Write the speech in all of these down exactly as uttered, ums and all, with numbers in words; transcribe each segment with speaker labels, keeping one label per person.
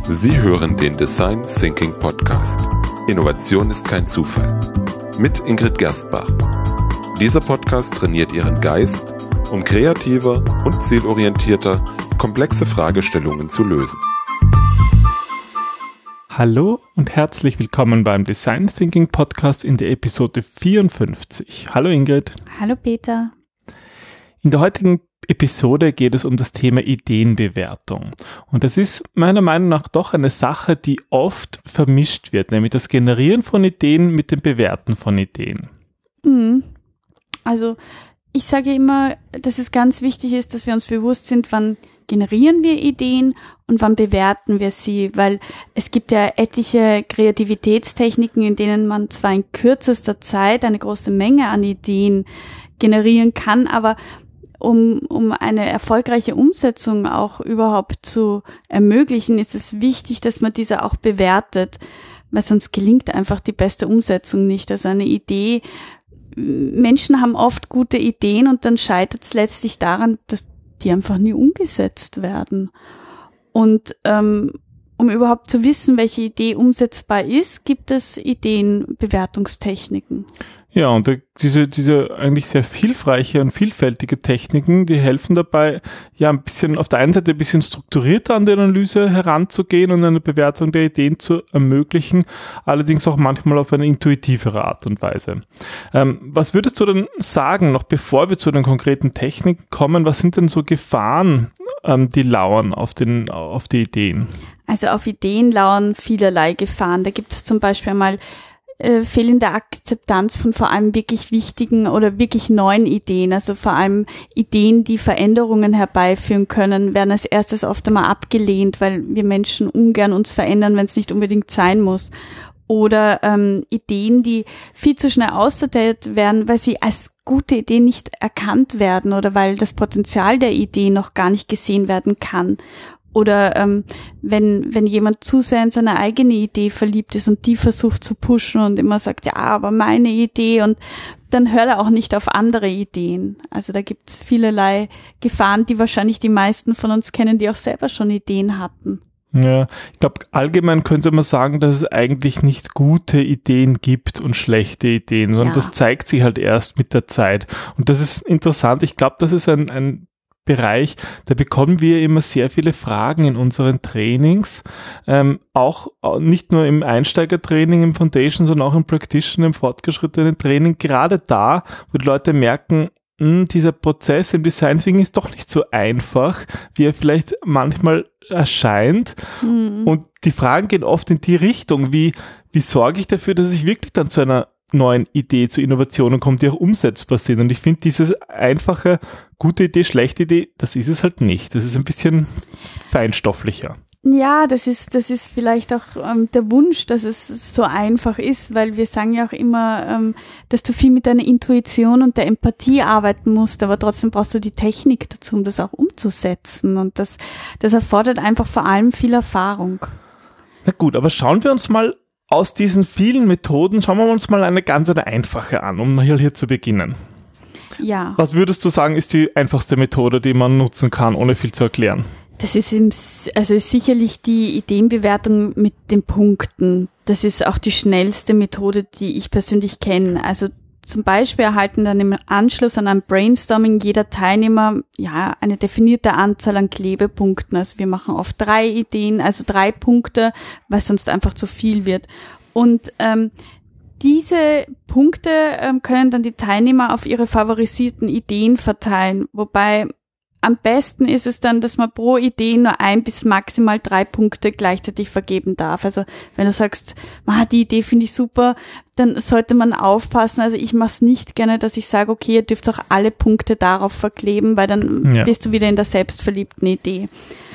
Speaker 1: Sie hören den Design Thinking Podcast. Innovation ist kein Zufall. Mit Ingrid Gerstbach. Dieser Podcast trainiert Ihren Geist, um kreativer und zielorientierter komplexe Fragestellungen zu lösen.
Speaker 2: Hallo und herzlich willkommen beim Design Thinking Podcast in der Episode vierundfünfzig. Hallo Ingrid.
Speaker 3: Hallo Peter.
Speaker 2: In der heutigen Episode geht es um das Thema Ideenbewertung. Und das ist meiner Meinung nach doch eine Sache, die oft vermischt wird, nämlich das Generieren von Ideen mit dem Bewerten von Ideen.
Speaker 3: Mhm. Also ich sage immer, dass es ganz wichtig ist, dass wir uns bewusst sind, wann generieren wir Ideen und wann bewerten wir sie, weil es gibt ja etliche Kreativitätstechniken, in denen man zwar in kürzester Zeit eine große Menge an Ideen generieren kann, aber um um eine erfolgreiche Umsetzung auch überhaupt zu ermöglichen, ist es wichtig, dass man diese auch bewertet, weil sonst gelingt einfach die beste Umsetzung nicht. Also eine Idee, Menschen haben oft gute Ideen und dann scheitert es letztlich daran, dass die einfach nie umgesetzt werden. Und ähm, um überhaupt zu wissen, welche Idee umsetzbar ist, gibt es Ideenbewertungstechniken.
Speaker 2: Ja, und diese, diese eigentlich sehr hilfreiche und vielfältige Techniken, die helfen dabei, ja, ein bisschen, auf der einen Seite ein bisschen strukturierter an die Analyse heranzugehen und eine Bewertung der Ideen zu ermöglichen, allerdings auch manchmal auf eine intuitivere Art und Weise. Ähm, was würdest du denn sagen, noch bevor wir zu den konkreten Techniken kommen, was sind denn so Gefahren, ähm, die lauern auf den, auf die Ideen?
Speaker 3: Also auf Ideen lauern vielerlei Gefahren. Da gibt es zum Beispiel einmal Äh, fehlende Akzeptanz von vor allem wirklich wichtigen oder wirklich neuen Ideen, also vor allem Ideen, die Veränderungen herbeiführen können, werden als erstes oft einmal abgelehnt, weil wir Menschen ungern uns verändern, wenn es nicht unbedingt sein muss. Oder ähm, Ideen, die viel zu schnell aussortiert werden, weil sie als gute Ideen nicht erkannt werden oder weil das Potenzial der Idee noch gar nicht gesehen werden kann. Oder ähm, wenn wenn jemand zu sehr in seine eigene Idee verliebt ist und die versucht zu pushen und immer sagt, ja, aber meine Idee, und dann hört er auch nicht auf andere Ideen. Also da gibt es vielerlei Gefahren, die wahrscheinlich die meisten von uns kennen, die auch selber schon Ideen hatten.
Speaker 2: Ja, ich glaube, allgemein könnte man sagen, dass es eigentlich nicht gute Ideen gibt und schlechte Ideen, sondern ja, das zeigt sich halt erst mit der Zeit. Und das ist interessant. Ich glaube, das ist ein ein Bereich, da bekommen wir immer sehr viele Fragen in unseren Trainings, ähm, auch nicht nur im Einsteigertraining, im Foundation, sondern auch im Practitioner, im fortgeschrittenen Training, gerade da, wo die Leute merken, mh, dieser Prozess im Design Thinking ist doch nicht so einfach, wie er vielleicht manchmal erscheint. Mhm. Und die Fragen gehen oft in die Richtung, wie, wie sorge ich dafür, dass ich wirklich dann zu einer neuen Idee, zu Innovationen kommt, die auch umsetzbar sind. Und ich finde dieses einfache, gute Idee, schlechte Idee, das ist es halt nicht. Das ist ein bisschen feinstofflicher.
Speaker 3: Ja, das ist das ist vielleicht auch ähm, der Wunsch, dass es so einfach ist, weil wir sagen ja auch immer, ähm, dass du viel mit deiner Intuition und der Empathie arbeiten musst, aber trotzdem brauchst du die Technik dazu, um das auch umzusetzen. Und das, das erfordert einfach vor allem viel Erfahrung.
Speaker 2: Na gut, aber schauen wir uns mal aus diesen vielen Methoden, schauen wir uns mal eine ganz eine einfache an, um hier, hier zu beginnen.
Speaker 3: Ja.
Speaker 2: Was würdest du sagen, ist die einfachste Methode, die man nutzen kann, ohne viel zu erklären?
Speaker 3: Das ist im, also ist sicherlich die Ideenbewertung mit den Punkten. Das ist auch die schnellste Methode, die ich persönlich kenne. Also zum Beispiel erhalten dann im Anschluss an ein Brainstorming jeder Teilnehmer ja eine definierte Anzahl an Klebepunkten. Also wir machen oft drei Ideen, also drei Punkte, weil sonst einfach zu viel wird. Und ähm, diese Punkte ähm, können dann die Teilnehmer auf ihre favorisierten Ideen verteilen, wobei am besten ist es dann, dass man pro Idee nur ein bis maximal drei Punkte gleichzeitig vergeben darf. Also wenn du sagst, ah, die Idee finde ich super, dann sollte man aufpassen. Also ich mache es nicht gerne, dass ich sage, okay, ihr dürft auch alle Punkte darauf verkleben, weil dann ja, bist du wieder in der selbstverliebten Idee.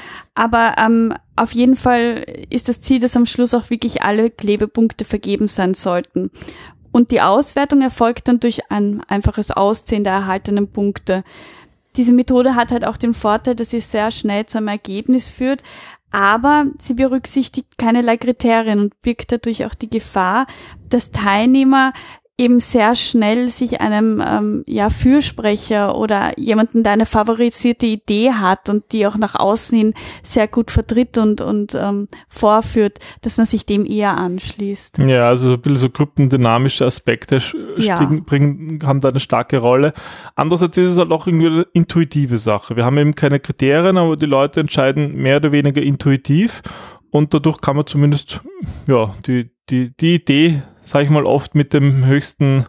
Speaker 3: Aber ähm, auf jeden Fall ist das Ziel, dass am Schluss auch wirklich alle Klebepunkte vergeben sein sollten. Und die Auswertung erfolgt dann durch ein einfaches Auszählen der erhaltenen Punkte. Diese Methode hat halt auch den Vorteil, dass sie sehr schnell zu einem Ergebnis führt, aber sie berücksichtigt keinerlei Kriterien und birgt dadurch auch die Gefahr, dass Teilnehmer eben sehr schnell sich einem ähm, ja Fürsprecher oder jemanden, der eine favorisierte Idee hat und die auch nach außen hin sehr gut vertritt und und ähm, vorführt, dass man sich dem eher anschließt.
Speaker 2: Ja, also so ein bisschen so gruppendynamische Aspekte
Speaker 3: Ja.
Speaker 2: stiegen, bringen, haben da eine starke Rolle. Andererseits ist es halt auch irgendwie eine intuitive Sache. Wir haben eben keine Kriterien, aber die Leute entscheiden mehr oder weniger intuitiv und dadurch kann man zumindest ja die die die Idee, sage ich mal, oft mit dem höchsten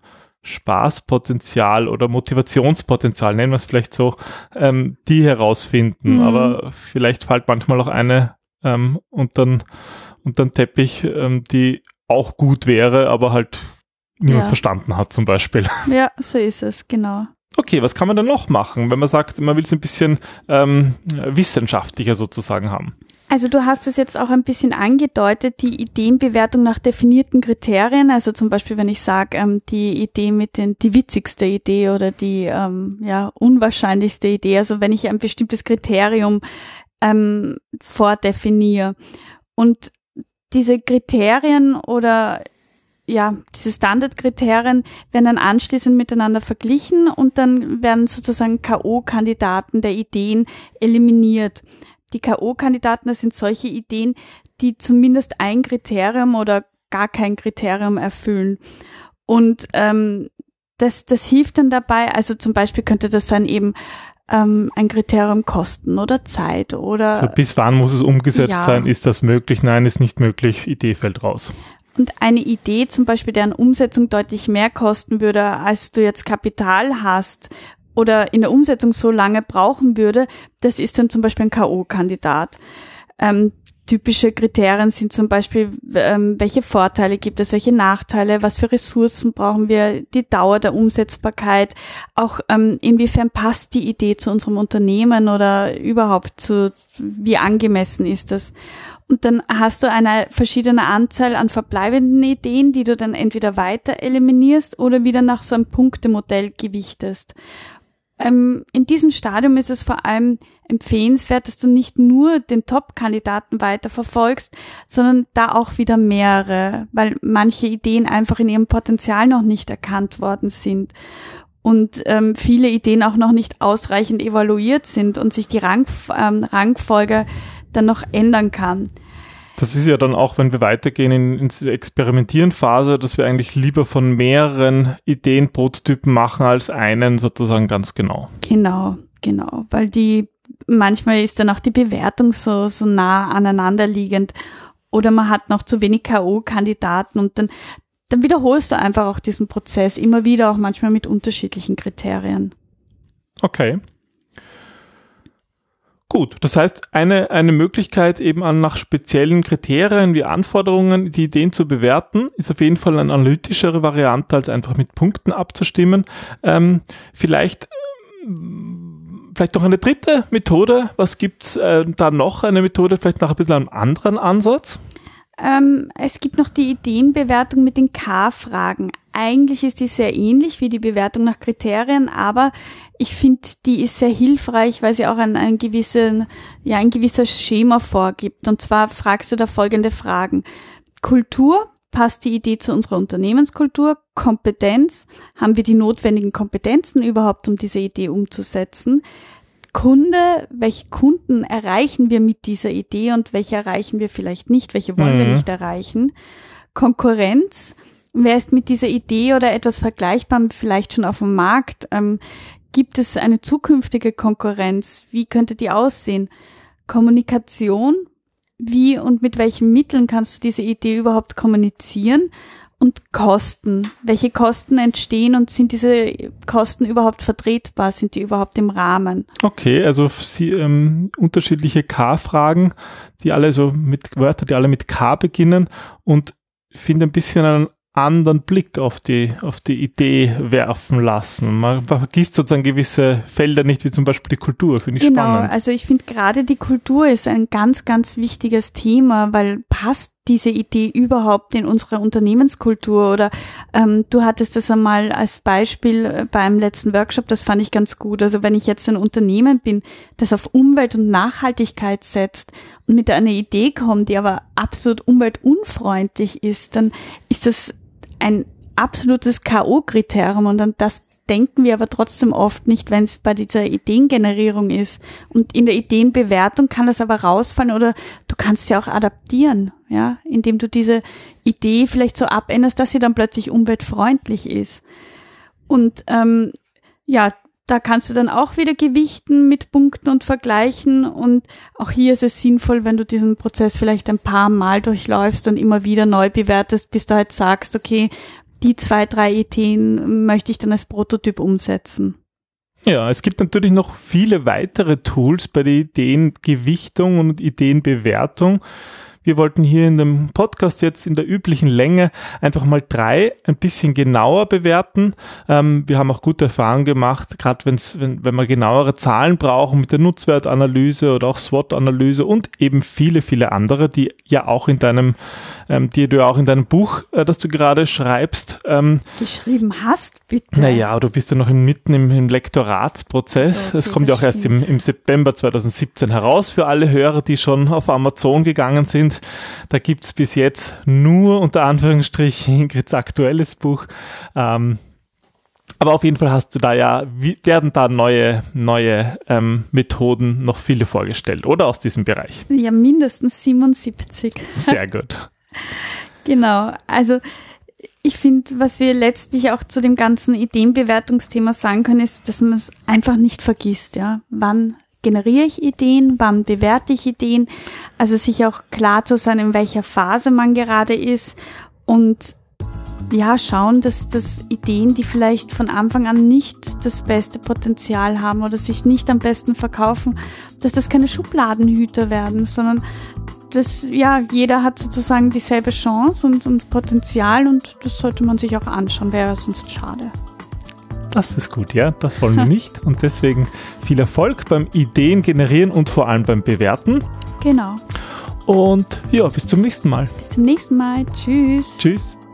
Speaker 2: Spaßpotenzial oder Motivationspotenzial, nennen wir es vielleicht so, ähm, die herausfinden.
Speaker 3: Mhm.
Speaker 2: Aber vielleicht fällt manchmal auch eine ähm, und dann und dann Teppich, ähm, die auch gut wäre, aber halt niemand
Speaker 3: Ja.
Speaker 2: verstanden hat zum Beispiel.
Speaker 3: Ja, so ist es, genau.
Speaker 2: Okay, was kann man dann noch machen, wenn man sagt, man will es ein bisschen ähm, wissenschaftlicher sozusagen haben?
Speaker 3: Also du hast es jetzt auch ein bisschen angedeutet, die Ideenbewertung nach definierten Kriterien, also zum Beispiel, wenn ich sage, ähm, die Idee mit den, die witzigste Idee oder die ähm, ja unwahrscheinlichste Idee, also wenn ich ein bestimmtes Kriterium ähm, vordefiniere und diese Kriterien oder ja, diese Standardkriterien werden dann anschließend miteinander verglichen und dann werden sozusagen K O-Kandidaten der Ideen eliminiert. Die K O-Kandidaten, das sind solche Ideen, die zumindest ein Kriterium oder gar kein Kriterium erfüllen. Und ähm, das, das hilft dann dabei, also zum Beispiel könnte das sein eben ähm, ein Kriterium Kosten oder Zeit oder...
Speaker 2: So, bis wann muss es umgesetzt
Speaker 3: ja.
Speaker 2: sein? Ist das möglich? Nein, ist nicht möglich. Idee fällt raus.
Speaker 3: Und eine Idee zum Beispiel, deren Umsetzung deutlich mehr kosten würde, als du jetzt Kapital hast oder in der Umsetzung so lange brauchen würde, das ist dann zum Beispiel ein K O-Kandidat. Ähm, typische Kriterien sind zum Beispiel, ähm, welche Vorteile gibt es, welche Nachteile, was für Ressourcen brauchen wir, die Dauer der Umsetzbarkeit, auch ähm, inwiefern passt die Idee zu unserem Unternehmen oder überhaupt zu, wie angemessen ist das. Und dann hast du eine verschiedene Anzahl an verbleibenden Ideen, die du dann entweder weiter eliminierst oder wieder nach so einem Punktemodell gewichtest. Ähm, in diesem Stadium ist es vor allem empfehlenswert, dass du nicht nur den Top-Kandidaten weiter verfolgst, sondern da auch wieder mehrere, weil manche Ideen einfach in ihrem Potenzial noch nicht erkannt worden sind und ähm, viele Ideen auch noch nicht ausreichend evaluiert sind und sich die Rang, ähm, Rangfolge dann noch ändern kann.
Speaker 2: Das ist ja dann auch, wenn wir weitergehen in, in die Experimentieren-Phase, dass wir eigentlich lieber von mehreren Ideen Prototypen machen als einen sozusagen ganz genau.
Speaker 3: Genau, genau, weil die manchmal ist dann auch die Bewertung so so nah aneinander liegend oder man hat noch zu wenig K O-Kandidaten und dann dann wiederholst du einfach auch diesen Prozess immer wieder, auch manchmal mit unterschiedlichen Kriterien.
Speaker 2: Okay. Gut, das heißt, eine, eine Möglichkeit eben an nach speziellen Kriterien wie Anforderungen die Ideen zu bewerten, ist auf jeden Fall eine analytischere Variante, als einfach mit Punkten abzustimmen. Ähm, vielleicht, vielleicht noch eine dritte Methode. Was gibt's äh, da noch? Eine Methode vielleicht nach ein bisschen einem anderen Ansatz?
Speaker 3: Ähm, es gibt noch die Ideenbewertung mit den K-Fragen. Eigentlich ist die sehr ähnlich wie die Bewertung nach Kriterien, aber ich finde, die ist sehr hilfreich, weil sie auch ein, ein, gewissen, ja, ein gewisses Schema vorgibt. Und zwar fragst du da folgende Fragen. Kultur, passt die Idee zu unserer Unternehmenskultur? Kompetenz, haben wir die notwendigen Kompetenzen überhaupt, um diese Idee umzusetzen? Kunde, welche Kunden erreichen wir mit dieser Idee und welche erreichen wir vielleicht nicht, welche wollen mhm. wir nicht erreichen? Konkurrenz, wer ist mit dieser Idee oder etwas Vergleichbarem vielleicht schon auf dem Markt? Ähm, gibt es eine zukünftige Konkurrenz? Wie könnte die aussehen? Kommunikation, wie und mit welchen Mitteln kannst du diese Idee überhaupt kommunizieren? Und Kosten. Welche Kosten entstehen und sind diese Kosten überhaupt vertretbar? Sind die überhaupt im Rahmen?
Speaker 2: Okay, also Sie, ähm, unterschiedliche K-Fragen, die alle so mit Wörter, die alle mit K beginnen und finde ein bisschen einen anderen Blick auf die, auf die Idee werfen lassen. Man vergisst sozusagen gewisse Felder nicht, wie zum Beispiel die Kultur, finde ich
Speaker 3: genau,
Speaker 2: spannend.
Speaker 3: Genau, also ich finde gerade die Kultur ist ein ganz, ganz wichtiges Thema, weil passt diese Idee überhaupt in unsere Unternehmenskultur oder ähm, du hattest das einmal als Beispiel beim letzten Workshop, das fand ich ganz gut. Also wenn ich jetzt ein Unternehmen bin, das auf Umwelt und Nachhaltigkeit setzt und mit einer Idee kommt, die aber absolut umweltunfreundlich ist, dann ist das ein absolutes K O-Kriterium und an das denken wir aber trotzdem oft nicht, wenn es bei dieser Ideengenerierung ist. Und in der Ideenbewertung kann das aber rausfallen oder du kannst ja auch adaptieren, ja, indem du diese Idee vielleicht so abänderst, dass sie dann plötzlich umweltfreundlich ist. Und ähm, ja, da kannst du dann auch wieder gewichten mit Punkten und vergleichen und auch hier ist es sinnvoll, wenn du diesen Prozess vielleicht ein paar Mal durchläufst und immer wieder neu bewertest, bis du halt sagst, okay, die zwei, drei Ideen möchte ich dann als Prototyp umsetzen.
Speaker 2: Ja, es gibt natürlich noch viele weitere Tools bei der Ideengewichtung und Ideenbewertung. Wir wollten hier in dem Podcast jetzt in der üblichen Länge einfach mal drei ein bisschen genauer bewerten. Ähm, wir haben auch gute Erfahrungen gemacht, gerade wenn's, wenn, wenn wir genauere Zahlen brauchen mit der Nutzwertanalyse oder auch SWOT-Analyse und eben viele, viele andere, die ja auch in deinem, ähm, die du ja auch in deinem Buch, äh, das du gerade schreibst, ähm,
Speaker 3: geschrieben hast, bitte.
Speaker 2: Naja, du bist ja noch mitten im, im Lektoratsprozess.
Speaker 3: So, okay,
Speaker 2: es kommt ja auch erst im, im September zwanzig siebzehn heraus für alle Hörer, die schon auf Amazon gegangen sind. Da gibt's bis jetzt nur unter Anführungsstrichen Ingrids aktuelles Buch. Ähm, aber auf jeden Fall hast du da ja, wie, werden da neue, neue ähm, Methoden noch viele vorgestellt, oder aus diesem Bereich?
Speaker 3: Ja, mindestens siebenundsiebzig.
Speaker 2: Sehr gut.
Speaker 3: Genau, also ich finde, was wir letztlich auch zu dem ganzen Ideenbewertungsthema sagen können, ist, dass man es einfach nicht vergisst, ja. Wann generiere ich Ideen, wann bewerte ich Ideen, also sich auch klar zu sein, in welcher Phase man gerade ist und ja, schauen, dass, dass Ideen, die vielleicht von Anfang an nicht das beste Potenzial haben oder sich nicht am besten verkaufen, dass das keine Schubladenhüter werden, sondern dass, ja, jeder hat sozusagen dieselbe Chance und, und Potenzial und das sollte man sich auch anschauen, wäre sonst schade.
Speaker 2: Das ist gut, ja, das wollen wir nicht und deswegen viel Erfolg beim Ideen generieren und vor allem beim Bewerten.
Speaker 3: Genau.
Speaker 2: Und ja, bis zum nächsten Mal.
Speaker 3: Bis zum nächsten Mal. Tschüss.
Speaker 2: Tschüss.